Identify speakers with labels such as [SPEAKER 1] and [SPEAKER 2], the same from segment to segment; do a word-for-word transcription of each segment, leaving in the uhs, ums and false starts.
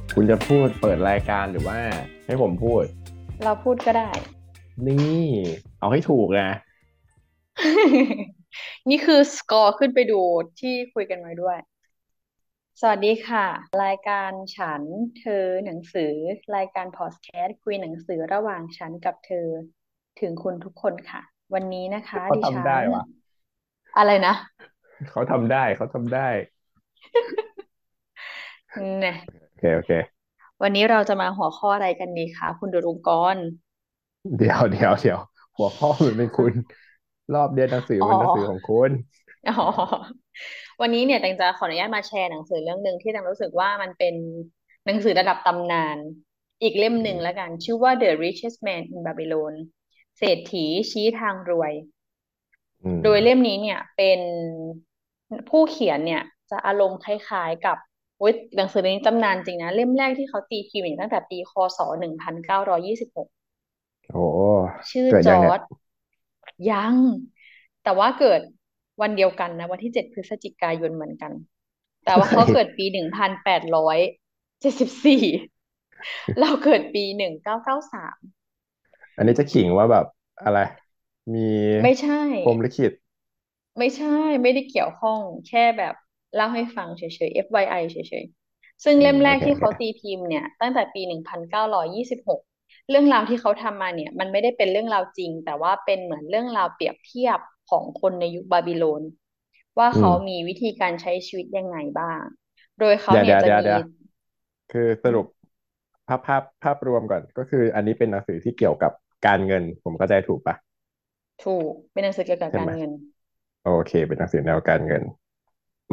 [SPEAKER 1] คุณจะพูดเปิดรายการหรือว่าให้ผมพูด
[SPEAKER 2] เราพูดก็ได้
[SPEAKER 1] นี่เอาให้ถูกนะ
[SPEAKER 2] นี่คือสกอร์ขึ้นไปดูที่คุยกันไว้ด้วยสวัสดีค่ะรายการฉันเธอหนังสือรายการพอดแคสต์คุยหนังสือระหว่างฉันกับเธอถึงคุณทุกคนค่ะวันนี้นะคะ
[SPEAKER 1] เขาทำ
[SPEAKER 2] ดิฉัน
[SPEAKER 1] ได้วะ
[SPEAKER 2] อะไรนะ
[SPEAKER 1] เขาทำได้เขาทำได้
[SPEAKER 2] เนี่ย
[SPEAKER 1] โอเคโอเค
[SPEAKER 2] วันนี้เราจะมาหัวข้ออะไรกันดีคะคุณดรุงกร
[SPEAKER 1] เดี๋ยวเดี๋ยวเดี๋ยวหัวข้อมันเป็นคุณรอบเรียนหนังสือ
[SPEAKER 2] อ๋อ
[SPEAKER 1] มันหนังสือของคุณ
[SPEAKER 2] อ๋อวันนี้เนี่ยแตงจะขออนุญาตมาแชร์หนังสือเรื่องหนึ่งที่แตงรู้สึกว่ามันเป็นหนังสือระดับตำนานอีกเล่มหนึ่งแล้วกันชื่อว่า The Richest Man in Babylon เศรษฐีชี้ทางรวย
[SPEAKER 1] อืม
[SPEAKER 2] โดยเล่มนี้เนี่ยเป็นผู้เขียนเนี่ยจะอารมณ์คล้ายๆกับโอ๊ยหนังสือเล่มนี้ตำนานจริงนะเล่มแรกที่เขาตีพิมพ์เนี่ยตั้งแต่ปีคศหนึ่งพันเก้าร้อยยี่สิบหก
[SPEAKER 1] โอ้
[SPEAKER 2] ชื่อ
[SPEAKER 1] เกิดยังเนี่ย
[SPEAKER 2] จอร์ดยังแต่ว่าเกิดวันเดียวกันนะวันที่เจ็ดพฤศจิกายนเหมือนกันแต่ว่าเขาเกิดปีหนึ่งพันแปดร้อยเจ็ดสิบสี่เราเกิดปีหนึ่งเก้าเก้าสาม
[SPEAKER 1] อันนี้จะขิงว่าแบบอะไรมี
[SPEAKER 2] ไม่ใช่
[SPEAKER 1] พรหมลิขิต
[SPEAKER 2] ไม่ใช่ไม่ได้เกี่ยวข้องแค่แบบเล่าให้ฟังเฉยๆ เอฟ วาย ไอ เฉยๆซึ่ง
[SPEAKER 1] อืม
[SPEAKER 2] เล่มแร
[SPEAKER 1] โอเคโอเค
[SPEAKER 2] กที่เขาตีพิมพ์เนี่ยตั้งแต่ปีหนึ่งพันเก้าร้อยยี่สิบหกเรื่องราวที่เขาทำมาเนี่ยมันไม่ได้เป็นเรื่องราวจริงแต่ว่าเป็นเหมือนเรื่องราวเปรียบเทียบของคนในยุคบาบิโลนว่า
[SPEAKER 1] อืม
[SPEAKER 2] เขามีวิธีการใช้ชีวิตยังไงบ้างโดยเขา
[SPEAKER 1] เดี๋ยว
[SPEAKER 2] เนี่ยจะมี
[SPEAKER 1] เดี๋ยวเดี๋ยวเดี๋ยวคือส
[SPEAKER 2] อืม
[SPEAKER 1] รุปภาพภาพภาพรวมก่อนก็คืออันนี้เป็นหนังสือที่เกี่ยวกับการเงินผมเข้าใจถูกปะ
[SPEAKER 2] ถูกเป็นหนังสือเกี่ยวกับ
[SPEAKER 1] ใช่ไหม
[SPEAKER 2] การเงิน
[SPEAKER 1] โอเคเป็นหนังสือแนวการเงินมา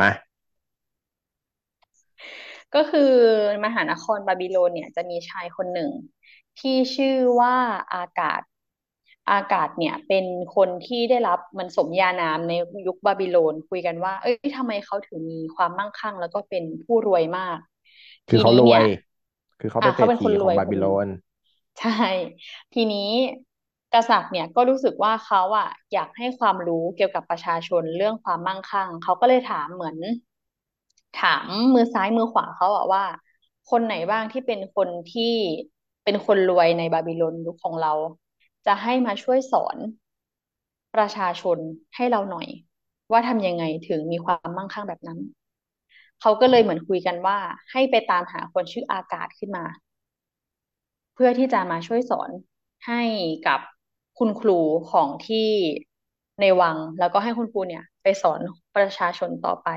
[SPEAKER 2] ก็คือมหานครบาบิโลนเนี่ยจะมีชายคนหนึ่งที่ชื่อว่าอากาศอากาศเนี่ยเป็นคนที่ได้รับมันสมญานามในยุคบาบิโลนคุยกันว่าเอ้ยทำไมเขาถึงมีความมั่งคั่งแล้วก็เป็นผู้รวยมาก
[SPEAKER 1] คือเขา
[SPEAKER 2] ทีนี้เนี่ย
[SPEAKER 1] รวย คือเขา
[SPEAKER 2] อ่ะ
[SPEAKER 1] เป็นเศรษ
[SPEAKER 2] เขาเป็นคนร
[SPEAKER 1] ฐีของบา
[SPEAKER 2] วยคนหนึ่ง
[SPEAKER 1] บิโลน
[SPEAKER 2] ใช่ทีนี้กษัตริย์เนี่ยก็รู้สึกว่าเขาอ่ะอยากให้ความรู้เกี่ยวกับประชาชนเรื่องความมั่งคั่งเขาก็เลยถามเหมือน ถามมือซ้ายมือขวาเขาอะว่าคนไหนบ้างที่เป็นคนที่เป็นคนรวยในบาบิโลนยุคของเราจะให้มาช่วยสอนประชาชนให้เราหน่อยว่าทำยังไงถึงมีความมั่งคั่งแบบนั้นเขาก็เลยเหมือนคุยกันว่าให้ไปตามหาคนชื่ออากาศขึ้นมาเพื่อที่จะมาช่วยสอนให้กับคุณครูของที่ในวังแล้วก็ให้คุณครูเนี่ยไปสอนประชาชนต่อไป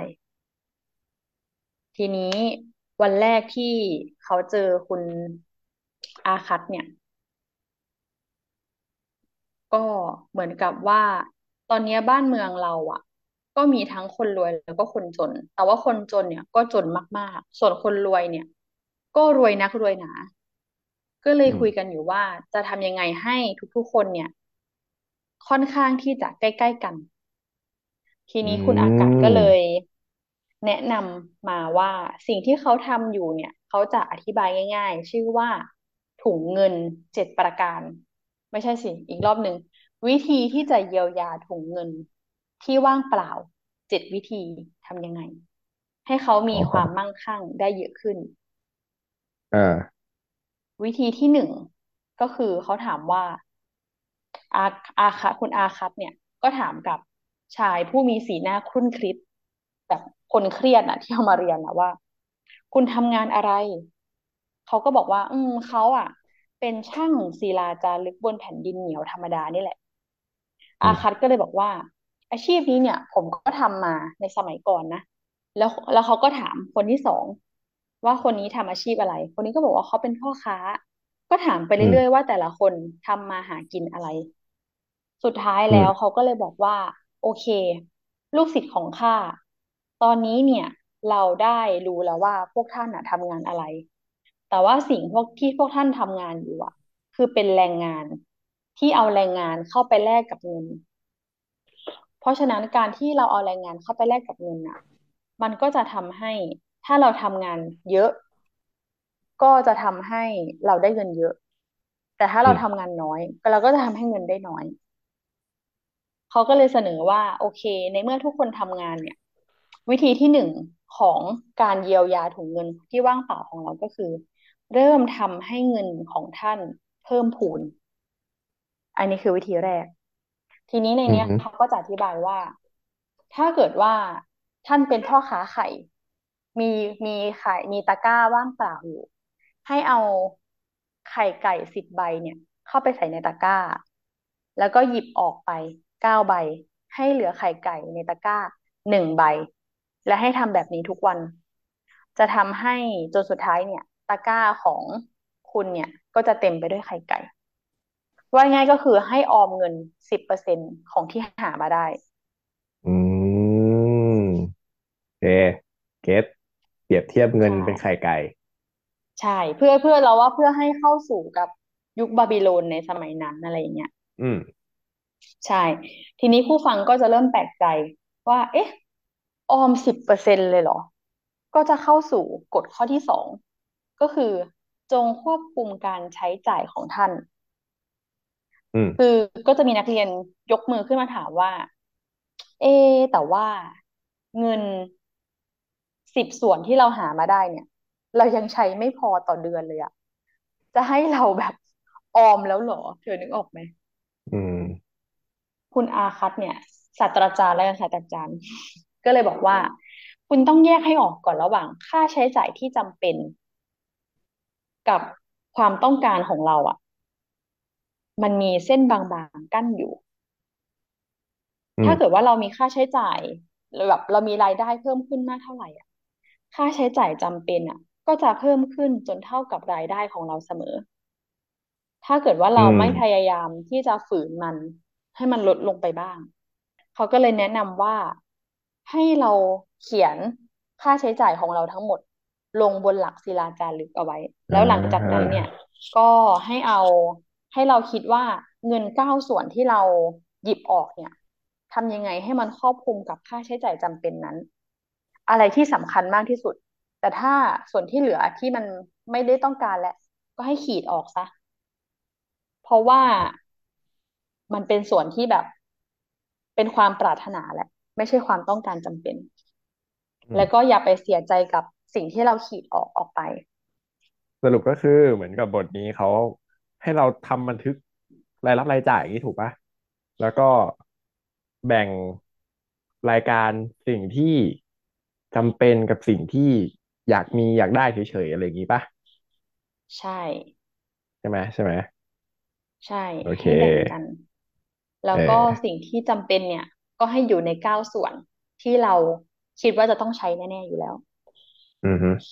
[SPEAKER 2] ทีนี้วันแรกที่เขาเจอคุณอาคัตเนี่ยก็เหมือนกับว่าตอนนี้บ้านเมืองเราอ่ะก็มีทั้งคนรวยแล้วก็คนจนแต่ว่าคนจนเนี่ยก็จนมากๆส่วนคนรวยเนี่ยก็รวยนักรวยหนาก็เลย
[SPEAKER 1] อืม
[SPEAKER 2] คุยกันอยู่ว่าจะทำยังไงให้ทุกๆคนเนี่ยค่อนข้างที่จะใกล้ๆกัน ที
[SPEAKER 1] อื
[SPEAKER 2] นี้คุณอากาศก็เล
[SPEAKER 1] ม
[SPEAKER 2] ยแนะนำมาว่าสิ่งที่เขาทำอยู่เนี่ยเขาจะอธิบายง่ายๆชื่อว่าถุงเงินเจ็ดประการไม่ใช่สิอีกรอบหนึ่งวิธีที่จะเยียวยาถุงเงินที่ว่างเปล่าเจ็ดวิธีทำยังไงให้เขา
[SPEAKER 1] อ๋
[SPEAKER 2] มีความ
[SPEAKER 1] อ
[SPEAKER 2] มั่งคั่งได้เยอะขึ้น
[SPEAKER 1] อ่า
[SPEAKER 2] วิธีที่หนึ่งก็คือเขาถามว่าอาอาคัตคุณอาคัตเนี่ยก็ถามกับชายผู้มีสีหน้าครุ่นคิดแบบคนเครียดน่ะที่เอามาเรียนนะว่าคุณทำงานอะไรเขาก็บอกว่าอืมเขาอ่ะเป็นช่างศิลาจารึกบนแผ่นดินเหนียวธรรมดานี่แหละ
[SPEAKER 1] อืม
[SPEAKER 2] อาคัตก็เลยบอกว่าอาชีพนี้เนี่ยผมก็ทำมาในสมัยก่อนนะแล้วแล้วเขาก็ถามคนที่สองว่าคนนี้ทำอาชีพอะไรคนนี้ก็บอกว่าเขาเป็นพ่อค้า ก็ถามไป
[SPEAKER 1] อืม
[SPEAKER 2] เรื่อยๆว่าแต่ละคนทำมาหากินอะไร สุดท้าย
[SPEAKER 1] อืม
[SPEAKER 2] แล้วเขาก็เลยบอกว่าโอเคลูกศิษย์ของข้าตอนนี้เนี่ยเราได้รู้แล้วว่าพวกท่านอะทำงานอะไรแต่ว่าสิ่งพวกที่พวกท่านทำงานอยู่อะคือเป็นแรงงานที่เอาแรงงานเข้าไปแลกกับเงินเพราะฉะนั้นการที่เราเอาแรงงานเข้าไปแลกกับเงินอะมันก็จะทำให้ถ้าเราทำงานเยอะก็จะทำให้เราได้เงินเยอะแต่ถ้าเรา
[SPEAKER 1] อืม
[SPEAKER 2] ทำงานน้อยเราก็จะทำให้เงินได้น้อย เขาก็เลยเสนอว่าโอเคในเมื่อทุกคนทำงานเนี่ยวิธีที่หนึ่งของการเยียวยาถุงเงินที่ว่างเปล่าของเราก็คือเริ่มทำให้เงินของท่านเพิ่มพูนอันนี้คือวิธีแรกทีนี้ในเนี้ย
[SPEAKER 1] อือฮึ
[SPEAKER 2] เขาก็จะอธิบายว่าถ้าเกิดว่าท่านเป็นพ่อค้าไข่มีมีไข่มีตะกร้าว่างเปล่าอยู่ให้เอาไข่ไก่สิบใบเนี่ยเข้าไปใส่ในตะกร้าแล้วก็หยิบออกไปเก้าใบให้เหลือไข่ไก่ในตะกร้าหนึ่งใบและให้ทำแบบนี้ทุกวันจะทำให้จนสุดท้ายเนี่ยตะกร้าของคุณเนี่ยก็จะเต็มไปด้วยไข่ไก่ ว่าง่ายก็คือให้ออมเงินสิบเปอร์เซ็นต์ของที่หามาได้
[SPEAKER 1] อืมโอเคเก็ตเปรียบเทียบเงิน
[SPEAKER 2] ใช่
[SPEAKER 1] เป็นไข่ไก่
[SPEAKER 2] ใช่เพื่อเพื่อเราว่าเพื่อให้เข้าสู่กับยุคบาบิโลนในสมัยนั้นอะไรอย่างเงี้ย
[SPEAKER 1] อืม
[SPEAKER 2] ใช่ทีนี้ผู้ฟังก็จะเริ่มแปลกใจว่าเอ๊ะออมสิบเปอร์เซ็นต์เลยเหรอก็จะเข้าสู่กฎข้อที่สองก็คือจงควบคุมการใช้จ่ายของท่าน
[SPEAKER 1] อืม
[SPEAKER 2] คือก็จะมีนักเรียนยกมือขึ้นมาถามว่าเอ๊ะแต่ว่าเงินสิบส่วนที่เราหามาได้เนี่ยเรายังใช้ไม่พอต่อเดือนเลยอะจะให้เราแบบออมแล้วเหรอเธอนึกออกไหม
[SPEAKER 1] อืม
[SPEAKER 2] คุณอาคัตเนี่ยศาสตราจารย์และศาสตราจารย์ก็เลยบอกว่าคุณต้องแยกให้ออกก่อนระหว่างค่าใช้จ่ายที่จำเป็นกับความต้องการของเราอะมันมีเส้นบางๆกั้นอยู่
[SPEAKER 1] อืม
[SPEAKER 2] ถ้าเกิดว่าเรามีค่าใช้จ่ายหรือแบบเรามีรายได้เพิ่มขึ้นมากเท่าไหร่อ่ะค่าใช้จ่ายจำเป็นอ่ะก็จะเพิ่มขึ้นจนเท่ากับรายได้ของเราเสมอถ้าเกิดว่า
[SPEAKER 1] อื
[SPEAKER 2] เรา
[SPEAKER 1] ม
[SPEAKER 2] ไม่พยายามที่จะฝืนมันให้มันลดลงไปบ้างเขาก็เลยแนะนำว่าให้เราเขียนค่าใช้จ่ายของเราทั้งหมดลงบนหลักศิลาจารึกเอาไว้
[SPEAKER 1] อ่
[SPEAKER 2] แล้วหลังจาก
[SPEAKER 1] า
[SPEAKER 2] นั้นเนี่ยก็ให้เอาให้เราคิดว่าเงินเก้าส่วนที่เราหยิบออกเนี่ย ทำยังไงให้มันครอบคลุมกับค่าใช้จ่ายจำเป็นนั้นอะไรที่สำคัญมากที่สุดแต่ถ้าส่วนที่เหลือที่มันไม่ได้ต้องการแล้วก็ให้ขีดออกซะเพราะว่ามันเป็นส่วนที่แบบเป็นความปรารถนาแหละไม่ใช่ความต้องการจำเป็น
[SPEAKER 1] อืม
[SPEAKER 2] แล้วก็อย่าไปเสียใจกับสิ่งที่เราขีดออกออกไป
[SPEAKER 1] สรุปก็คือเหมือนกับบทนี้เขาให้เราทำบันทึกรายรับรายจ่ายอย่างนี้ถูกปะแล้วก็แบ่งรายการสิ่งที่จำเป็นกับสิ่งที่อยากมีอยากได้เฉยๆอะไรอย่างนี้ปะ
[SPEAKER 2] ใช่
[SPEAKER 1] ใช่ไหมใช่ไหม
[SPEAKER 2] ใช่
[SPEAKER 1] โอเค
[SPEAKER 2] ให้แบ่งกันแล้
[SPEAKER 1] เอ
[SPEAKER 2] วก็
[SPEAKER 1] อ
[SPEAKER 2] สิ่งที่จำเป็นเนี่ยก็ให้อยู่ในเก้าส่วนที่เราคิดว่าจะต้องใช้แน่ๆอยู่แล้ว
[SPEAKER 1] อือฮึ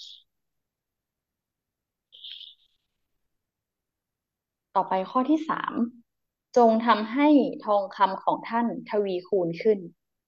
[SPEAKER 2] ต่อไปข้อที่สามจงทำให้ทองคำของท่านทวีคูณขึ้น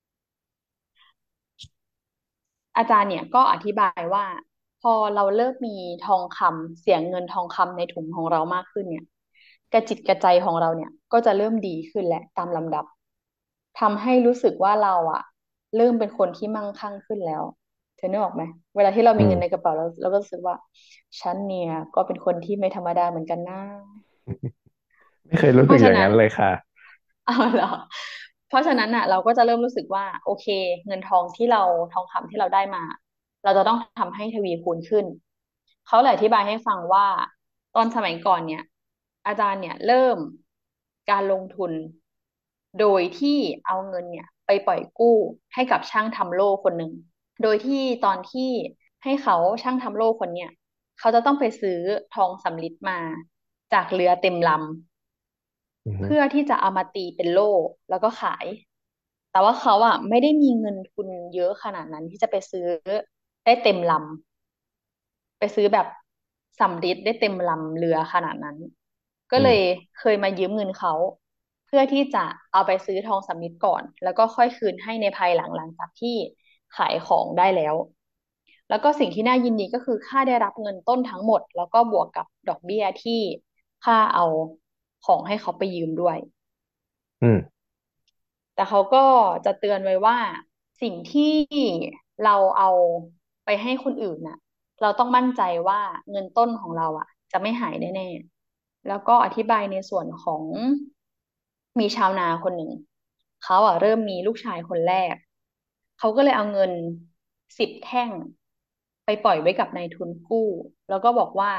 [SPEAKER 2] อาจารย์เนี่ยก็อธิบายว่าพอเราเลิกมีทองคำเสียเงินทองคำในถุงของเรามากขึ้นเนี่ยกระจิตกระใจของเราเนี่ยก็จะเริ่มดีขึ้นแหละตามลำดับทำให้รู้สึกว่าเราอะเริ่มเป็นคนที่มั่งคั่งขึ้นแล้วเธอนึกออกไหมเวลาที่เรา
[SPEAKER 1] อืม
[SPEAKER 2] มีเงินในกระเป๋าเราเราก็รู้สึกว่าฉันเนี่ยก็เป็นคนที่ไม่ธรรมดาเหมือนกันนะ
[SPEAKER 1] ไม่เคยรู้สึกอย่าง
[SPEAKER 2] เพราะฉะนั้น
[SPEAKER 1] นั้นเลยค่ะ
[SPEAKER 2] เอาเหรอเพราะฉะนั้นอ่ะเราก็จะเริ่มรู้สึกว่าโอเคเงินทองที่เราทองคำที่เราได้มาเราจะต้องทำให้ทวีคูณขึ้นเขาเลยอธิบายให้ฟังว่าตอนสมัยก่อนเนี่ยอาจารย์เนี่ยเริ่มการลงทุนโดยที่เอาเงินเนี่ยไปปล่อยกู้ให้กับช่างทำโล่คนหนึ่งโดยที่ตอนที่ให้เขาช่างทำโล่คนเนี่ยเขาจะต้องไปซื้อทองสำริดมาจากเรือเต็มลำ
[SPEAKER 1] อือฮึ
[SPEAKER 2] เพื่อที่จะเอามาตีเป็นโล่แล้วก็ขาย แต่ว่าเขาอ่ะไม่ได้มีเงินทุนเยอะขนาดนั้นที่จะไปซื้อได้เต็มลำไปซื้อแบบสำริดได้เต็มลำเรือขนาดนั้นก็
[SPEAKER 1] อืม
[SPEAKER 2] เลยเคยมายืมเงินเขาเพื่อที่จะเอาไปซื้อทองสำริดก่อนแล้วก็ค่อยคืนให้ในภายหลังหลังจากที่ขายของได้แล้วแล้วก็สิ่งที่น่ายินดีก็คือค่าได้รับเงินต้นทั้งหมดแล้วก็บวกกับดอกเบี้ยที่ค่าเอาของให้เขาไปยืมด้วย
[SPEAKER 1] อืม
[SPEAKER 2] แต่เขาก็จะเตือนไว้ว่าสิ่งที่เราเอาไปให้คนอื่นน่ะเราต้องมั่นใจว่าเงินต้นของเราอ่ะจะไม่หายแน่ๆแล้วก็อธิบายในส่วนของมีชาวนาคนหนึ่งเขาอ่ะเริ่มมีลูกชายคนแรกเขาก็เลยเอาเงินสิบแท่งไปปล่อยไว้กับนายทุนกู้แล้วก็บอกว่า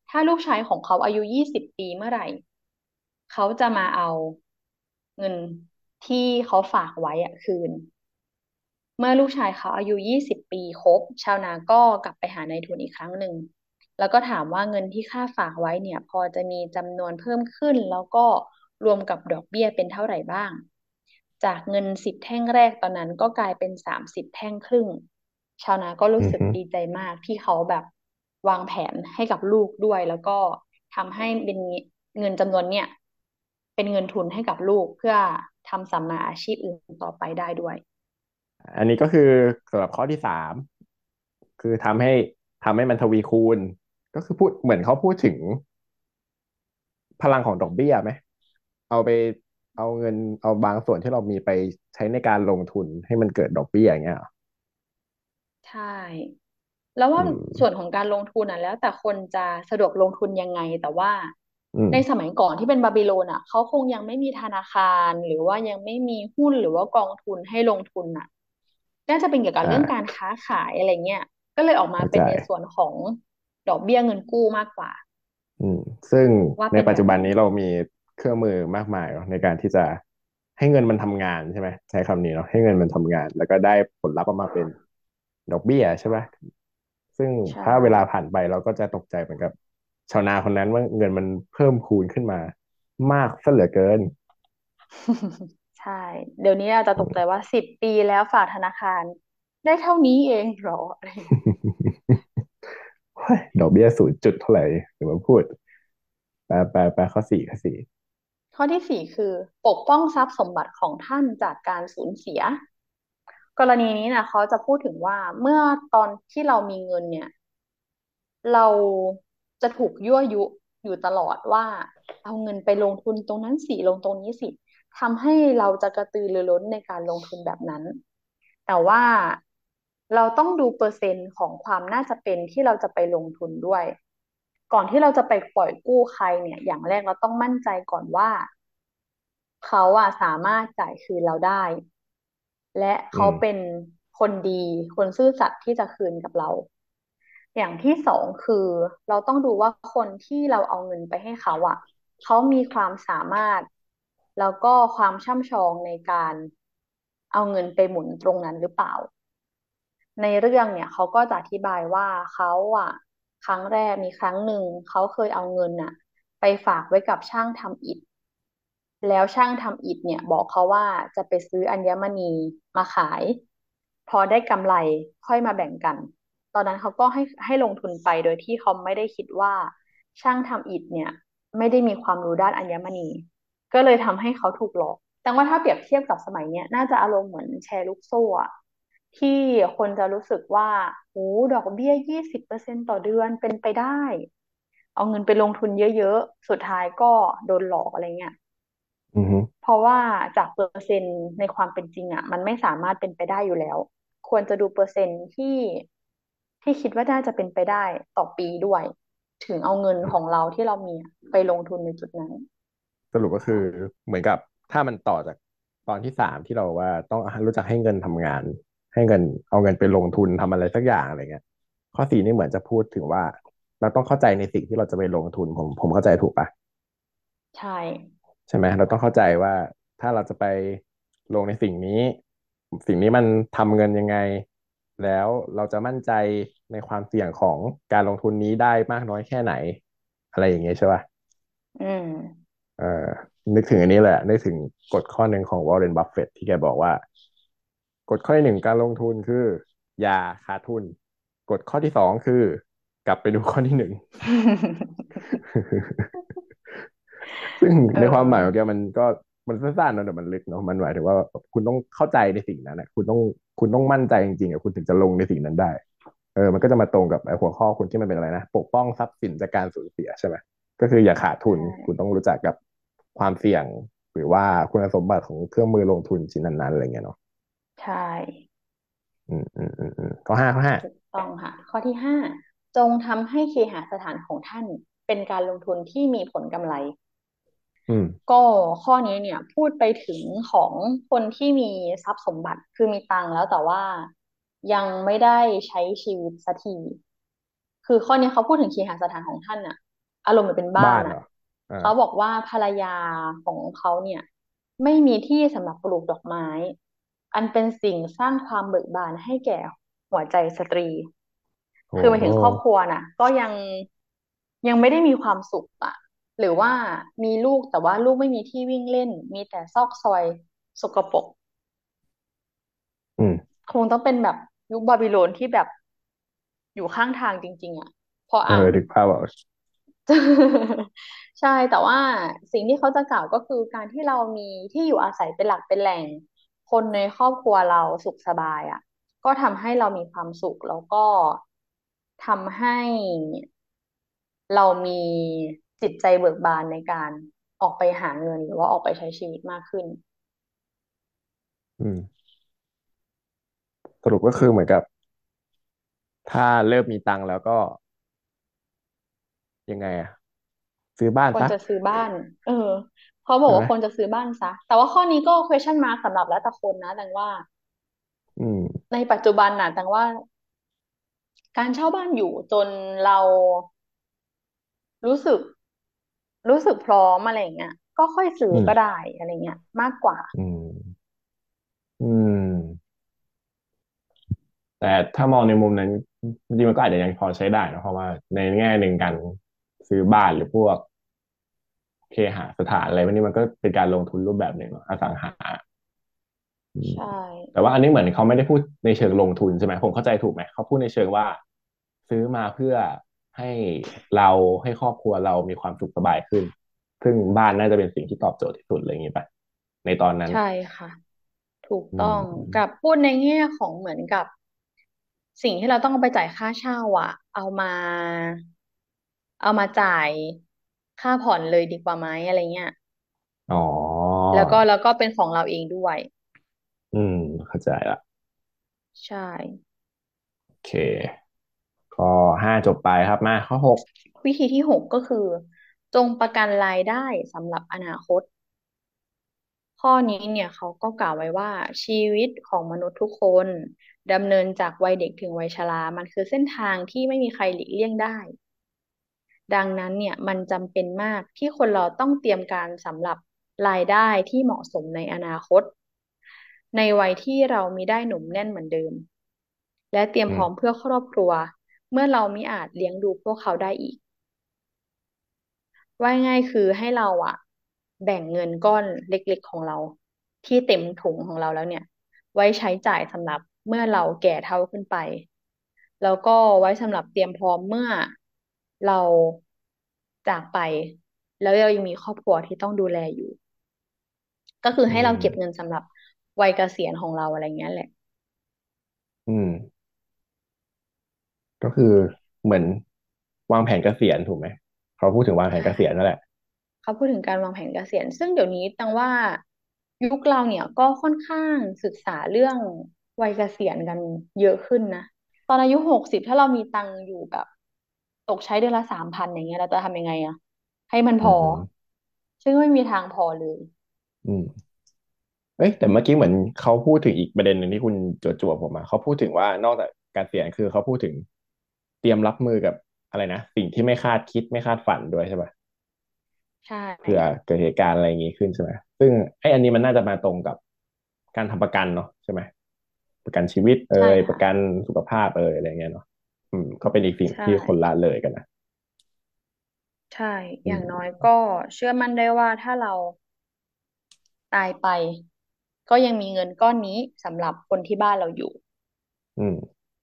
[SPEAKER 2] ถ้าลูกชายของเขาอายุยี่สิบปีเมื่อไหร่เขาจะมาเอาเงินที่เขาฝากไว้อะคืน เมื่อลูกชายเขาอายุยี่สิบปีครบชาวนาก็กลับไปหานายทุนอีกครั้งหนึ่งแล้วก็ถามว่าเงินที่ข้าฝากไว้เนี่ยพอจะมีจำนวนเพิ่มขึ้นแล้วก็รวมกับดอกเบี้ยเป็นเท่าไหร่บ้างจากเงินสิบแท่งแรกตอนนั้นก็กลายเป็นสามสิบแท่งครึ่งชาวนาก็รู้
[SPEAKER 1] อือฮึ
[SPEAKER 2] สึกดีใจมากที่เขาแบบวางแผนให้กับลูกด้วยแล้วก็ทำให้เป็นเงินจำนวนเนี่ยเป็นเงินทุนให้กับลูกเพื่อทำสัมมาอาชีพอื่นต่อไปได้ด้วย
[SPEAKER 1] อันนี้ก็คือสำหรับข้อที่สามคือทำให้ทำให้มันทวีคูณก็คือพูดเหมือนเขาพูดถึงพลังของดอกเบี้ยไหมเอาไปเอาเงินเอาบางส่วนที่เรามีไปใช้ในการลงทุนให้มันเกิดดอกเบี้ยอย่างเงี้ยเหรอ
[SPEAKER 2] ใช่ แล้ว
[SPEAKER 1] อื
[SPEAKER 2] ว่าส่วน
[SPEAKER 1] ม
[SPEAKER 2] ของการลงทุนอ่ะแล้วแต่คนจะสะดวกลงทุนยังไงแต่ว่า
[SPEAKER 1] อืม
[SPEAKER 2] ในสมัยก่อนที่เป็นบาบิโลนอ่ะเขาคงยังไม่มีธนาคารหรือว่ายังไม่มีหุ้นหรือว่ากองทุนให้ลงทุนอ่ะน่าจะเป็นเกี่ยวกับเรื่องการ
[SPEAKER 1] อ่า
[SPEAKER 2] ค้าขายอะไรเงี้ยก็เลยออกมา
[SPEAKER 1] เข้าใจ
[SPEAKER 2] เป็นในส่วนของดอกเบี้ยเงินกู้มากกว่า
[SPEAKER 1] อืมซึ่ง
[SPEAKER 2] ว่า
[SPEAKER 1] ในปัจจุบัน
[SPEAKER 2] เป็นแบบนั้น
[SPEAKER 1] นี้เรามีเครื่องมือมากมายเนอะในการที่จะให้เงินมันทำงานใช่ไหมใช้คำนี้เนาะให้เงินมันทำงานแล้วก็ได้ผลลัพธ์ออกมาเป็นดอกเบี้ยใช่ไหมซึ่ง
[SPEAKER 2] ใช่
[SPEAKER 1] ถ้าเวลาผ่านไปเราก็จะตกใจเหมือนกับชาวนาคนนั้นว่าเงินมันเพิ่มคูณขึ้นมามากซะเหลือเกิน
[SPEAKER 2] ใช่เดี๋ยวนี้อาจจะตกใจว่าสิบปีแล้วฝากธนาคารได้เท่านี้เองเหรออะไรอย่างเงี้ย
[SPEAKER 1] เฮ้ยดอกเบี้ยศูนย์จุดเท่าไหร่เดี๋ยวมาพูดแปลแปลแปลข้อสี่ข้อสี่
[SPEAKER 2] ข้อที่สี่คือปกป้องทรัพย์สมบัติของท่านจากการสูญเสียกรณีนี้นะเขาจะพูดถึงว่าเมื่อตอนที่เรามีเงินเนี่ยเราจะถูกยั่วยุอยู่ตลอดว่าเอาเงินไปลงทุนตรงนั้นสิลงตรงนี้สิทำให้เราจะกระตือรือร้นในการลงทุนแบบนั้นแต่ว่าเราต้องดูเปอร์เซ็นต์ของความน่าจะเป็นที่เราจะไปลงทุนด้วยก่อนที่เราจะไปปล่อยกู้ใครเนี่ยอย่างแรกเราต้องมั่นใจก่อนว่า เขาอะสามารถจ่ายคืนเราได้และ
[SPEAKER 1] อืม
[SPEAKER 2] เขาเป็นคนดีคนซื่อสัตย์ที่จะคืนกับเราอย่างที่สองคือเราต้องดูว่าคนที่เราเอาเงินไปให้เขาอะเขามีความสามารถแล้วก็ความช่ำชองในการเอาเงินไปหมุนตรงนั้นหรือเปล่าในเรื่องเนี่ยเขาก็จะอธิบายว่าเขาอะครั้งแรกมีครั้งหนึ่งเขาเคยเอาเงินอะไปฝากไว้กับช่างทำอิฐ แล้วช่างทำอิฐเนี่ยบอกเขาว่าจะไปซื้ออัญมณีมาขายพอได้กำไรค่อยมาแบ่งกันตอนนั้นเขาก็ให้ให้ลงทุนไปโดยที่เขาไม่ได้คิดว่าช่างทำอิฐเนี่ยไม่ได้มีความรู้ด้านอัญมณีก็เลยทำให้เขาถูกหลอกแต่ว่าถ้าเปรียบเทียบกับสมัยเนี้ยน่าจะอารมณ์เหมือนแชร์ลูกโซ่อะที่คนจะรู้สึกว่าโอ้ดอกเบี้ยยี่สิบเปอร์เซ็นต์ต่อเดือนเป็นไปได้เอาเงินไปลงทุนเยอะๆสุดท้ายก็โดนหลอกอะไรเงี้ย
[SPEAKER 1] อืม
[SPEAKER 2] เพราะว่าจากเปอร์เซ็นต์ในความเป็นจริงอ่ะมันไม่สามารถเป็นไปได้อยู่แล้วควรจะดูเปอร์เซ็นต์ที่ที่คิดว่าน่าจะเป็นไปได้ต่อปีด้วยถึงเอาเงินของเราที่เรามีอะไปลงทุนในจุดนั้น
[SPEAKER 1] สรุปก็คือเหมือนกับถ้ามันต่อจากตอนที่สามที่เราว่าต้องรู้จักให้เงินทำงานให้เงินเอาเงินไปลงทุนทำอะไรสักอย่างอะไรเงี้ยข้อสี่นี่เหมือนจะพูดถึงว่าเราต้องเข้าใจในสิ่งที่เราจะไปลงทุนผมผมเข้าใจถูกปะ
[SPEAKER 2] ใช่
[SPEAKER 1] ใช่ไหมเราต้องเข้าใจว่าถ้าเราจะไปลงในสิ่งนี้สิ่งนี้มันทำเงินยังไงแล้วเราจะมั่นใจในความเสี่ยงของการลงทุนนี้ได้มากน้อยแค่ไหนอะไรอย่างเงี้ยใช่ป่ะ
[SPEAKER 2] อืม
[SPEAKER 1] เออนึกถึงอันนี้แหละนึกถึงกฎข้อหนึ่งของวอร์เรนบัฟเฟตที่แกบอกว่ากฎข้อที่หนึ่งการลงทุนคืออย่าขาดทุนกฎข้อที่สองคือกลับไปดูข้อที่หนึ่ง ซึ่ง
[SPEAKER 2] เอ
[SPEAKER 1] ในความหมายของ
[SPEAKER 2] อ
[SPEAKER 1] แกมันก็มันสั้นๆเนอะแต่มันลึกเนาะมันหมายถึงว่าคุณต้องเข้าใจในสิ่งนั้นนะคุณต้องคุณต้องมั่นใจจริงๆอะคุณถึงจะลงในสิ่งนั้นได้เออมันก็จะมาตรงกับไอ้หัวข้อคุณที่มันเป็นอะไรนะปกป้องทรัพย์สินจากการสูญเสียใช่ไหมก็คืออย่าขาดทุน
[SPEAKER 2] ใช่
[SPEAKER 1] คุณต้องรู้จักกับความเสี่ยงหรือว่าคุณสมบัติของเครื่องมือลงทุนชิ้นนั้นๆอะไรเงี้ยเนาะ
[SPEAKER 2] ใช่
[SPEAKER 1] อืมอืมอืมอืมข้อห้าข้อห้า
[SPEAKER 2] ถูกต้องค่ะข้อที่ห้าจงทำให้เคหสถานของท่านเป็นการลงทุนที่มีผลกำไร
[SPEAKER 1] อืม
[SPEAKER 2] ก็ข้อนี้เนี่ยพูดไปถึงของคนที่มีทรัพย์สมบัติคือมีตังค์แล้วแต่ว่ายังไม่ได้ใช้ชีวิตสักทีคือข้อนี้เขาพูดถึงเคหสถานของท่านน่ะอารมณ์เหมือนเป็นบ้านอ่ะ
[SPEAKER 1] บ้านเหรออ่า
[SPEAKER 2] เขาบอกว่าภรรยาของเขาเนี่ยไม่มีที่สำหรับปลูกดอกไม้อันเป็นสิ่งสร้างความเบิกบานให้แก่หัวใจสตรี
[SPEAKER 1] โอ้
[SPEAKER 2] คือหมายถึงครอบครัวน่ะก็ยังยังไม่ได้มีความสุขอ่ะหรือว่ามีลูกแต่ว่าลูกไม่มีที่วิ่งเล่นมีแต่ซอกซอยสกปรก
[SPEAKER 1] อืม
[SPEAKER 2] คงต้องเป็นแบบยุคบาบิโลนที่แบบอยู่ข้างทางจริงๆอ่ะพอ
[SPEAKER 1] เออ
[SPEAKER 2] อ่ะ
[SPEAKER 1] นึกภาพออก
[SPEAKER 2] ใช่แต่ว่าสิ่งที่เขาจะกล่าวก็คือการที่เรามีที่อยู่อาศัยเป็นหลักเป็นแหล่งคนในครอบครัวเราสุขสบายอ่ะก็ทำให้เรามีความสุขแล้วก็ทำให้เรามีจิตใจเบิกบานในการออกไปหาเงินหรือว่าออกไปใช้ชีวิตมากขึ้น
[SPEAKER 1] อืมสรุปก็คือเหมือนกับถ้าเริ่มมีตังค์แล้วก็ยังไงอะซื้อบ้านซะ
[SPEAKER 2] ควรจะซื้อบ้านเออเขาบอก
[SPEAKER 1] ใช่ไหม
[SPEAKER 2] ว่าควรจะซื้อบ้านซะแต่ว่าข้อนี้ก็ question mark สำหรับแล้วแต่คนนะแต่ว่า
[SPEAKER 1] อืม
[SPEAKER 2] ในปัจจุบันน่ะแต่ว่าการเช่าบ้านอยู่จนเรารู้สึกรู้สึกพร้อมอะไรอย่างเงี้ยก็ค่อยซื้อ
[SPEAKER 1] อืม
[SPEAKER 2] ก็ได้อะไรเงี้ยมากกว่า
[SPEAKER 1] อืมอืมแต่ถ้ามองในมุมนั้นจริงๆมันก็อาจจะยังพอใช้ได้นะเพราะว่าในแง่หนึ่งการซื้อบ้านหรือพวกเคหสถานอะไรพวกนี้มันก็เป็นการลงทุนรูปแบบหนึ่งเนอะอสังหา อืม
[SPEAKER 2] ใช่
[SPEAKER 1] แต่ว่าอันนี้เหมือนเขาไม่ได้พูดในเชิงลงทุนใช่ไหมผมเข้าใจถูกไหมเขาพูดในเชิงว่าซื้อมาเพื่อให้เราให้ครอบครัวเรามีความสุขสบายขึ้นซึ่งบ้านน่าจะเป็นสิ่งที่ตอบโจทย์ที่สุดอะไรอย่างนี้ป่ะในตอนนั้น
[SPEAKER 2] ใช่ค่ะถูก
[SPEAKER 1] อื
[SPEAKER 2] ต้องกับ
[SPEAKER 1] ม
[SPEAKER 2] พูดในแง่ของเหมือนกับสิ่งที่เราต้องเอาไปจ่ายค่าเช่าอ่ะเอามาเอามาจ่ายค่าผ่อนเลยดีกว่าไหมอะไรเงี้ย
[SPEAKER 1] อ๋อ
[SPEAKER 2] แล้วก็แล้วก็เป็นของเราเองด้วย
[SPEAKER 1] อืมเข้าใจละ
[SPEAKER 2] ใช่
[SPEAKER 1] โอเคข้อห้าจบไปครับมาข้อหก
[SPEAKER 2] วิธีที่หกก็คือจงประกันรายได้สำหรับอนาคตข้อนี้เนี่ยเขาก็กล่าวไว้ว่าชีวิตของมนุษย์ทุกคนดำเนินจากวัยเด็กถึงวัยชรามันคือเส้นทางที่ไม่มีใครหลีกเลี่ยงได้ดังนั้นเนี่ยมันจำเป็นมากที่คนเราต้องเตรียมการสำหรับรายได้ที่เหมาะสมในอนาคตในวัยที่เรามีได้หนุ่มแน่นเหมือนเดิม และเตรียม
[SPEAKER 1] อืม
[SPEAKER 2] พร้อมเพื่อครอบครัวเมื่อเรามิอาจเลี้ยงดูพวกเขาได้อีกว่าง่ายคือให้เราอะแบ่งเงินก้อนเล็กๆของเราที่เต็มถุงของเราแล้วเนี่ยไว้ใช้จ่ายสำหรับเมื่อเราแก่เฒ่าขึ้นไปแล้วก็ไว้สำหรับเตรียมพร้อมเมื่อเราจากไปแล้วเรายังมีครอบครัวที่ต้องดูแลอยู่ก็คือ
[SPEAKER 1] อื
[SPEAKER 2] ให้เราเก็บเงิน
[SPEAKER 1] ม
[SPEAKER 2] สำหรับวัยเกษียณของเราอะไรเงี้ยแหละ
[SPEAKER 1] อืมก็คือเหมือนวางแผนเกษียณถูกไหมเขาพูดถึงวางแผนเกษียณนั่นแหละ
[SPEAKER 2] เขาพูดถึงการวางแผนเกษียณซึ่งเดี๋ยวนี้ตังว่ายุคเราเนี่ยก็ค่อนข้างศึกษาเรื่องวัยเกษียณกันเยอะขึ้นนะตอนอายุหกสิบถ้าเรามีตังค์อยู่แบบตกใช้เดือนละสามพันอย่างเงี้ยเราจะทำยังไงอะให้มันพอ
[SPEAKER 1] อืมอืม
[SPEAKER 2] ซึ่งไม่มีทางพอเลย
[SPEAKER 1] อืม เอ้ยแต่เมื่อกี้เหมือนเขาพูดถึงอีกประเด็นหนึ่งที่คุณจวจวผมมาเขาพูดถึงว่านอกจากการเสียคือเขาพูดถึงเตรียมรับมือกับอะไรนะสิ่งที่ไม่คาดคิดไม่คาดฝันด้วยใช่ปะ
[SPEAKER 2] ใช่
[SPEAKER 1] เผื่อเกิดเหตุการณ์อะไรอย่างงี้ขึ้นใช่ไหมซึ่งไอ้อันนี้มันน่าจะมาตรงกับการทำประกันเนาะใช่ไหมประกันชีวิตเอ่
[SPEAKER 2] ใช่
[SPEAKER 1] ยประ
[SPEAKER 2] ค่ะ
[SPEAKER 1] กันสุขภาพเอ่ยอะไรเงี้ยเนาะอืมก็เป็นอีกสิ่ง
[SPEAKER 2] ใช่
[SPEAKER 1] ที่คนละเลยกันนะ
[SPEAKER 2] ใช่
[SPEAKER 1] อื
[SPEAKER 2] อย่างน้อย
[SPEAKER 1] ม
[SPEAKER 2] ก็เชื่อมั่นได้ว่าถ้าเราตายไปก็ยังมีเงินก้อนนี้สำหรับคนที่บ้านเราอยู่
[SPEAKER 1] อืม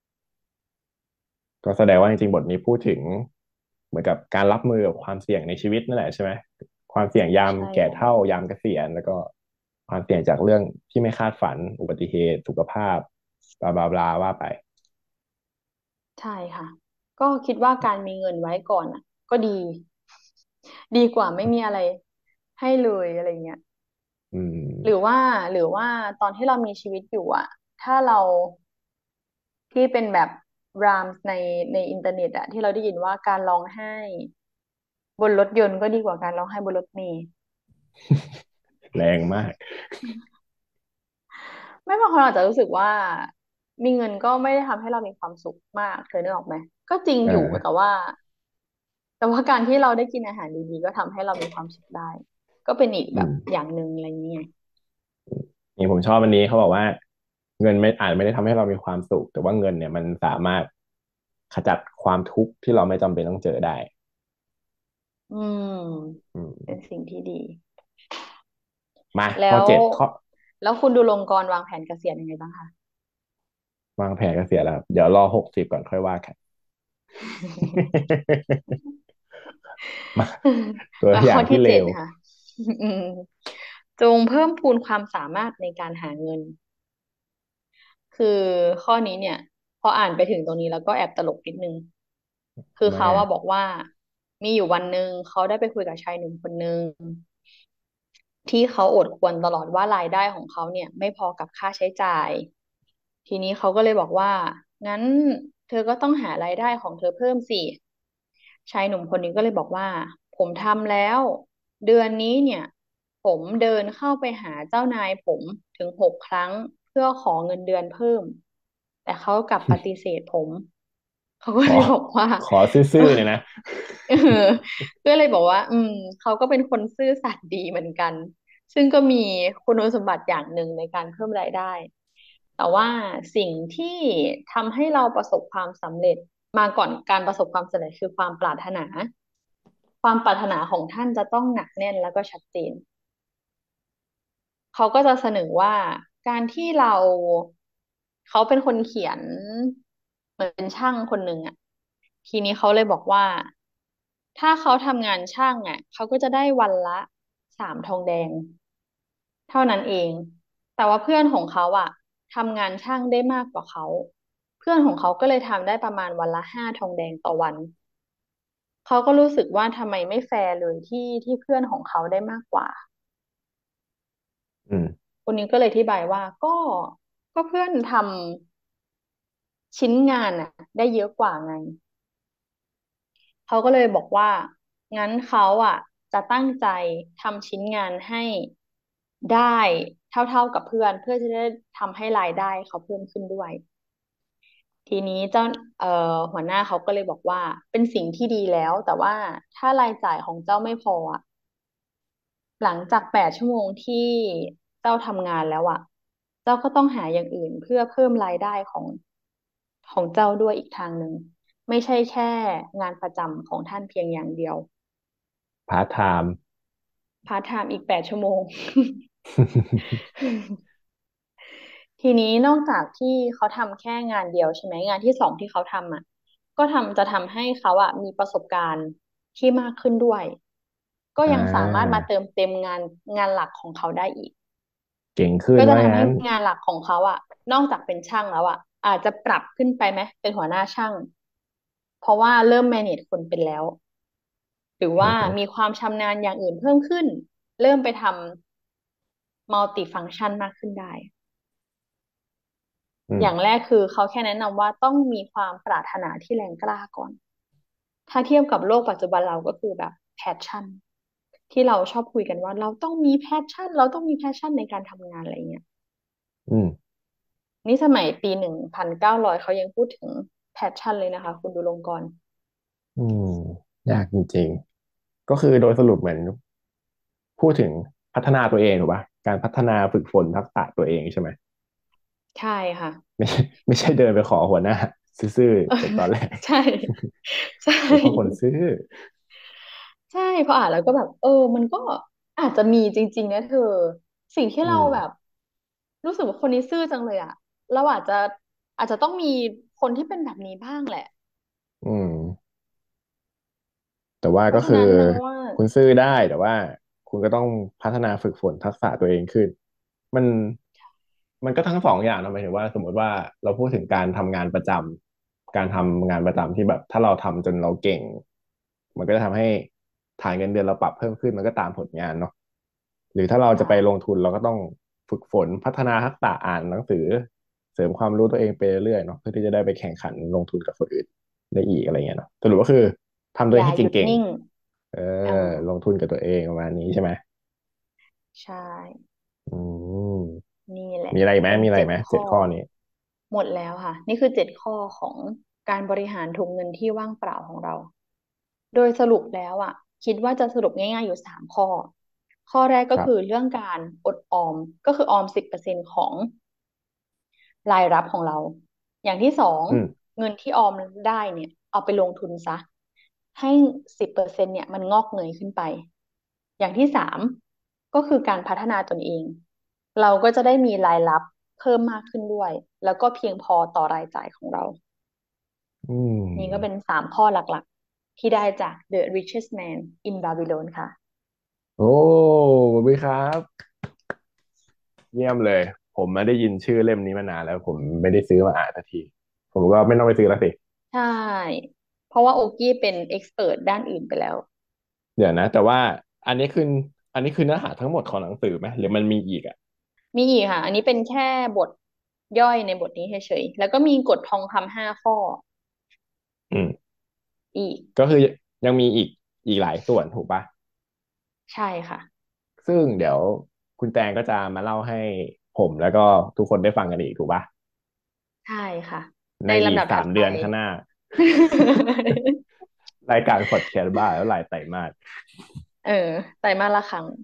[SPEAKER 1] ก็แสดงว่าจริงๆบทนี้พูดถึงเหมือนกับการรับมือกับความเสี่ยงในชีวิตนั่นแหละใช่ไหมความเสี่ยงยาม
[SPEAKER 2] ใช่
[SPEAKER 1] แก่
[SPEAKER 2] แล้ว
[SPEAKER 1] เฒ่ายามเกษียณแล้วก็ความเสี่ยงจากเรื่องที่ไม่คาดฝันอุบัติเหตุสุขภาพบลาบลาบลาว่าไป
[SPEAKER 2] ใช่ค่ะก็คิดว่าการมีเงินไว้ก่อนอ่ะก็ดี ดีกว่าไม่มีอะไรให้เลยอะไรเงี้ย
[SPEAKER 1] อืม
[SPEAKER 2] หรือว่าหรือว่าตอนที่เรามีชีวิตอยู่อ่ะถ้าเราที่เป็นแบบรามในในอินเทอร์เน็ตอะที่เราได้ยินว่าการร้องไห้บนรถยนต์ก็ดีกว่าการร้องไห้บนรถเมล์
[SPEAKER 1] แรงมาก
[SPEAKER 2] ไม่บางคนอาจจะรู้สึกว่ามีเงินก็ไม่ได้ทำให้เรามีความสุขมากเธอนึกออกไหมก็จริงอยู่แต่
[SPEAKER 1] เออ
[SPEAKER 2] ว่าแต่ว่าการที่เราได้กินอาหารดีๆก็ทำให้เรามีความสุขได้ก็เป็นอีกแบบ
[SPEAKER 1] อืม
[SPEAKER 2] อย่างหนึ่งอะไรอย่างเงี้ย
[SPEAKER 1] นี่ผมชอบอันนี้เขาบอกว่าเงินไม่อาจไม่ได้ทำให้เรามีความสุขแต่ว่าเงินเนี่ยมันสามารถขจัดความทุกข์ที่เราไม่จำเป็นต้องเจอได้
[SPEAKER 2] อืม
[SPEAKER 1] อืม
[SPEAKER 2] เป็นสิ่งที่ดี
[SPEAKER 1] มาข้อ
[SPEAKER 2] แล้ว
[SPEAKER 1] เจ็ดข้อ
[SPEAKER 2] แล้วคุณดูลงกรวางแผนเกษียณยังไงบ้างคะ
[SPEAKER 1] วางแผนเกษียณแล้วครับเดี๋ยวรอหกสิบก่อนค่อยว่ากัน มาตัว
[SPEAKER 2] มา
[SPEAKER 1] อย่า
[SPEAKER 2] ข้อที่
[SPEAKER 1] งที่เลว
[SPEAKER 2] เจ็ดค่ะอืมจงเพิ่มพูนความสามารถในการหาเงิน คือข้อนี้เนี่ยพออ่านไปถึงตรงนี้แล้วก็แอบตลกนิดนึงคือเขา
[SPEAKER 1] ทำไมอ่ะ
[SPEAKER 2] ว่าบอกว่ามีอยู่วันหนึ่งเขาได้ไปคุยกับชายหนุ่มคนหนึ่งที่เขาอดควรตลอดว่ารายได้ของเขาเนี่ยไม่พอกับค่าใช้จ่ายทีนี้เขาก็เลยบอกว่างั้นเธอก็ต้องหารายได้ของเธอเพิ่มสิชายหนุ่มคนนี้ก็เลยบอกว่าผมทำแล้วเดือนนี้เนี่ยผมเดินเข้าไปหาเจ้านายผมถึงหกครั้งเพื่อขอเงินเดือนเพิ่มแต่เขากลับปฏิเสธผมเขาก็
[SPEAKER 1] ขอ
[SPEAKER 2] เลยบอกว่า
[SPEAKER 1] ขอซื่อๆเนี่ยนะ
[SPEAKER 2] เออก็เลยบอกว่าอืมเขาก็เป็นคนซื่อสัตย์ดีเหมือนกันซึ่งก็มีคุณสมบัติอย่างหนึ่งในการเพิ่มรายได้แต่ว่าสิ่งที่ทำให้เราประสบความสำเร็จมาก่อนการประสบความสำเร็จคือความปรารถนาความปรารถนาของท่านจะต้องหนักแน่นแล้วก็ชัดเจน เขาก็จะเสนอว่าการที่เราเขาเป็นคนเขียนเหมือนเป็นช่างคนหนึ่งอ่ะทีนี้เขาเลยบอกว่าถ้าเขาทำงานช่างอ่ะเขาก็จะได้วันละสามทองแดงเท่านั้นเองแต่ว่าเพื่อนของเขาอ่ะทำงานช่างได้มากกว่าเขาเพื่อนของเขาก็เลยทำได้ประมาณวันละห้าทองแดงต่อวันเขาก็รู้สึกว่าทำไมไม่แฟร์เลยที่ที่เพื่อนของเขาได้มากกว่า
[SPEAKER 1] อืม
[SPEAKER 2] คนนี้ก็เลยอธิบายว่าก็ก็เพื่อนทำชิ้นงานน่ะได้เยอะกว่าไงเขาก็เลยบอกว่างั้นเขาอ่ะจะตั้งใจทำชิ้นงานให้ได้เท่าๆกับเพื่อนเพื่อจะได้ทำให้รายได้เขาเพิ่มขึ้นด้วยทีนี้เจ้าเอ่อหัวหน้าเขาก็เลยบอกว่าเป็นสิ่งที่ดีแล้วแต่ว่าถ้ารายจ่ายของเจ้าไม่พออ่ะ หลังจากแปดชั่วโมงที่เจ้าทำงานแล้วอ่ะเจ้าก็ต้องหาอย่างอื่นเพื่อเพิ่มรายได้ของของเจ้าด้วยอีกทางหนึ่งไม่ใช่แค่งานประจำของท่านเพียงอย่างเดียว
[SPEAKER 1] พาร์ทไทม์
[SPEAKER 2] พาร์ทไทม์อีกแปดชั่วโมง ทีนี้นอกจากที่เขาทำแค่งานเดียวใช่ไหมงานที่สองที่เขาทำอ่ะก็ทำจะทำให้เขาอ่ะมีประสบการณ์ที่มากขึ้นด้วยก็
[SPEAKER 1] อ่
[SPEAKER 2] ยังสามารถมา
[SPEAKER 1] า
[SPEAKER 2] เติมเต็มงานงานหลักของเขาได้อีก
[SPEAKER 1] เก่งขึ้น
[SPEAKER 2] ก็จะทำให้
[SPEAKER 1] ว่างั้น
[SPEAKER 2] งานหลักของเขาอะนอกจากเป็นช่างแล้วอะอาจจะปรับขึ้นไปไหมเป็นหัวหน้าช่างเพราะว่าเริ่ม แมเนจ คนเป็นแล้วหรือว่า
[SPEAKER 1] อืม
[SPEAKER 2] มีความชำนาญอย่างอื่นเพิ่มขึ้นเริ่มไปทำมัลติฟัง c t ชันมากขึ้นได้
[SPEAKER 1] อืม
[SPEAKER 2] อย่างแรกคือเขาแค่แนะนำว่าต้องมีความปรารถนาที่แรงกล้าก่อนถ้าเทียบกับโลกปัจจุบันเราก็คือแบบแพชชั่นที่เราชอบคุยกันว่าเราต้องมีแพชชั่นเราต้องมีแพชชั่นในการทำงานอะไรเงี้ย
[SPEAKER 1] อืม
[SPEAKER 2] นี่สมัยปีหนึ่งพันเก้าร้อยเขายังพูดถึงแพชชั่นเลยนะคะคุณดูลงกรณ์
[SPEAKER 1] อืมยากจริงๆก็คือโดยสรุปเหมือนพูดถึงพัฒนาตัวเองถูกป่ะการพัฒนาฝึกฝนทักษะตัวเองใช่ไหม
[SPEAKER 2] ใช่ค่ะ
[SPEAKER 1] ไม่ใช่ไม่ใช่เดินไปขอหัวหน้าซื่อ ๆจากตอนแรก
[SPEAKER 2] ใช่ใช่
[SPEAKER 1] ผมก็คนซื่อ
[SPEAKER 2] ใช่พออ่านแล้วก็แบบเออมันก็อาจจะมีจริงๆนะเธอสิ่งที่
[SPEAKER 1] อืม
[SPEAKER 2] เราแบบรู้สึกว่าคนนี้ซื่อจังเลยอะเราอาจจะอาจจะต้องมีคนที่เป็นแบบนี้บ้างแหละ
[SPEAKER 1] อืม แต่ว่าก็คือ
[SPEAKER 2] เพราะฉะนั้นเราว่า
[SPEAKER 1] คุณซื้อได้แต่ว่าคุณก็ต้องพัฒนาฝึกฝนทักษะตัวเองขึ้นมันมันก็ทั้งสองอย่างนะหมายถึงว่าสมมติว่าเราพูดถึงการทำงานประจำการทำงานประจำที่แบบถ้าเราทำจนเราเก่งมันก็จะทำให้ฐานเงินเดือนเราปรับเพิ่มขึ้นมันก็ตามผลงานเนาะหรือถ้าเราจะ
[SPEAKER 2] ใช่
[SPEAKER 1] ไปลงทุนเราก็ต้องฝึกฝนพัฒนาทักษะอ่านหนังสือเสริมความรู้ตัวเองไปเรื่อยๆเนาะเพื่อที่จะได้ไปแข่งขันลงทุนกับคนอื่นได้อีกอะไรเงี้ยเนาะสรุปก็คือทำตัวเอ
[SPEAKER 2] อย่า
[SPEAKER 1] งให้เก่ง
[SPEAKER 2] หยุดนิ่ง
[SPEAKER 1] เอ
[SPEAKER 2] อ่
[SPEAKER 1] อลง
[SPEAKER 2] า
[SPEAKER 1] ทุนกับตัวเองประมาณนี้ใช่ไหม
[SPEAKER 2] ใช่
[SPEAKER 1] อืม
[SPEAKER 2] นี่แหละ
[SPEAKER 1] มีอะไรอีกไหม
[SPEAKER 2] เป็น
[SPEAKER 1] มีอะไรอีกไหมเจ็
[SPEAKER 2] เจ็ดข้อ
[SPEAKER 1] ดข้อนี้
[SPEAKER 2] หมดแล้วค่ะนี่คือเจ็ดข้อของการบริหารถุงเงินที่ว่างเปล่าของเราโดยสรุปแล้วอ่ะคิดว่าจะสรุปง่ายๆอยู่สามข้อข้อแรกก็คือ
[SPEAKER 1] ครับ
[SPEAKER 2] เรื่องการอดออมก็คือออมสิบเปอร์เซ็นต์ของรายรับของเราอย่างที่สอง
[SPEAKER 1] อืม
[SPEAKER 2] เงินที่ออมได้เนี่ยเอาไปลงทุนซะให้สิบเปอร์เซ็นต์เนี่ยมันงอกเงยขึ้นไปอย่างที่สามก็คือการพัฒนาตนเองเราก็จะได้มีรายรับเพิ่มมากขึ้นด้วยแล้วก็เพียงพอต่อรายจ่ายของเรา
[SPEAKER 1] อื
[SPEAKER 2] นี่ก็เป็น
[SPEAKER 1] ม
[SPEAKER 2] สามข้อหลักๆที่ได้จาก The Richest Man in Babylon ค่ะ
[SPEAKER 1] โอ้ขอบคุณครับเยี่ยมเลยผมไม่ได้ยินชื่อเล่มนี้มานานแล้วผมไม่ได้ซื้อมาอ่านสักทีผมก็ไม่ต้องไปซื้อแล้วสิ
[SPEAKER 2] ใช่เพราะว่าโอกี้เป็นเอ็กซ์เพิร์ด้านอื่นไปแล้ว
[SPEAKER 1] เดี๋ยวนะแต่ว่าอันนี้คืออันนี้คือเนื้อหาทั้งหมดของหนังสือไหมหรือมันมีอีกอ่ะ
[SPEAKER 2] มีอีกค่ะอันนี้เป็นแค่บทย่อยในบทนี้เฉยๆแล้วก็มีกฎทองคำห้าข้อ
[SPEAKER 1] อืม
[SPEAKER 2] อีก
[SPEAKER 1] ก็คือยังมีอีกอีกหลายส่วนถูกปะ
[SPEAKER 2] ใช่ค่ะ
[SPEAKER 1] ซึ่งเดี๋ยวคุณแตงก็จะมาเล่าให้ผมแล้วก็ทุกคนได้ฟังกันอีกถูกปะ
[SPEAKER 2] ใช่ค่ะ
[SPEAKER 1] ใน
[SPEAKER 2] ใน
[SPEAKER 1] อี
[SPEAKER 2] ลำดับถัดไป
[SPEAKER 1] กสามเดือนข้างหน้า รายการพอดแคสต์บ้าแล้วหลายไตรมาส
[SPEAKER 2] เออไตรมาสละครั้ง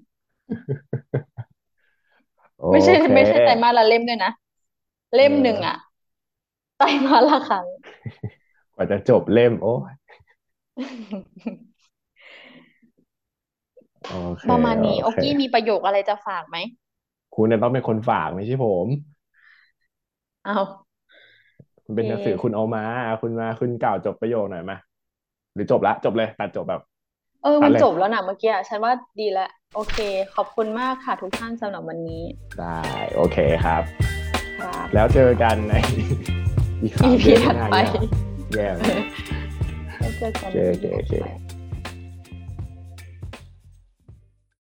[SPEAKER 1] โอ
[SPEAKER 2] ไม่ใช่
[SPEAKER 1] เค
[SPEAKER 2] ไม่ใช่ไตรมาสละเล่มด้วยนะ
[SPEAKER 1] เอ
[SPEAKER 2] เล่มหนึ่งอะ
[SPEAKER 1] อ
[SPEAKER 2] ไตรมาสละครั้ง
[SPEAKER 1] กว่าจะจบเล่มโอ้ยโอเค
[SPEAKER 2] ประมาณ
[SPEAKER 1] โอ
[SPEAKER 2] นี้โอ
[SPEAKER 1] เค
[SPEAKER 2] กี้มีประโยคอะไรจะฝากไหม
[SPEAKER 1] คุณเนี่ยต้องเป็นคนฝากไม่ใช่ผม
[SPEAKER 2] เอาโอเค
[SPEAKER 1] คุณเป็นหนังสือคุณเอามาคุณมาคุณกล่าวจบประโยคหน่อยมาหรือจบละจบเลยตัดจบแบบ
[SPEAKER 2] เออมัน
[SPEAKER 1] ตัดเลย
[SPEAKER 2] จบแล้วนะเมื่อกี้อะฉันว่าดีแล้วโอเคขอบคุณมากค่ะทุกท่านสำหรับวันนี้
[SPEAKER 1] ได้โอเคครับ
[SPEAKER 2] ครับ
[SPEAKER 1] แล้วเจอกันในอีกสาม
[SPEAKER 2] อี พี
[SPEAKER 1] เดือนข้างหน้า
[SPEAKER 2] ถัดไป
[SPEAKER 1] เงี้ยเหรอแย่
[SPEAKER 2] แล้วเจอกัน
[SPEAKER 1] โอเคโอเค
[SPEAKER 2] อีพีถัดไป
[SPEAKER 1] โอเค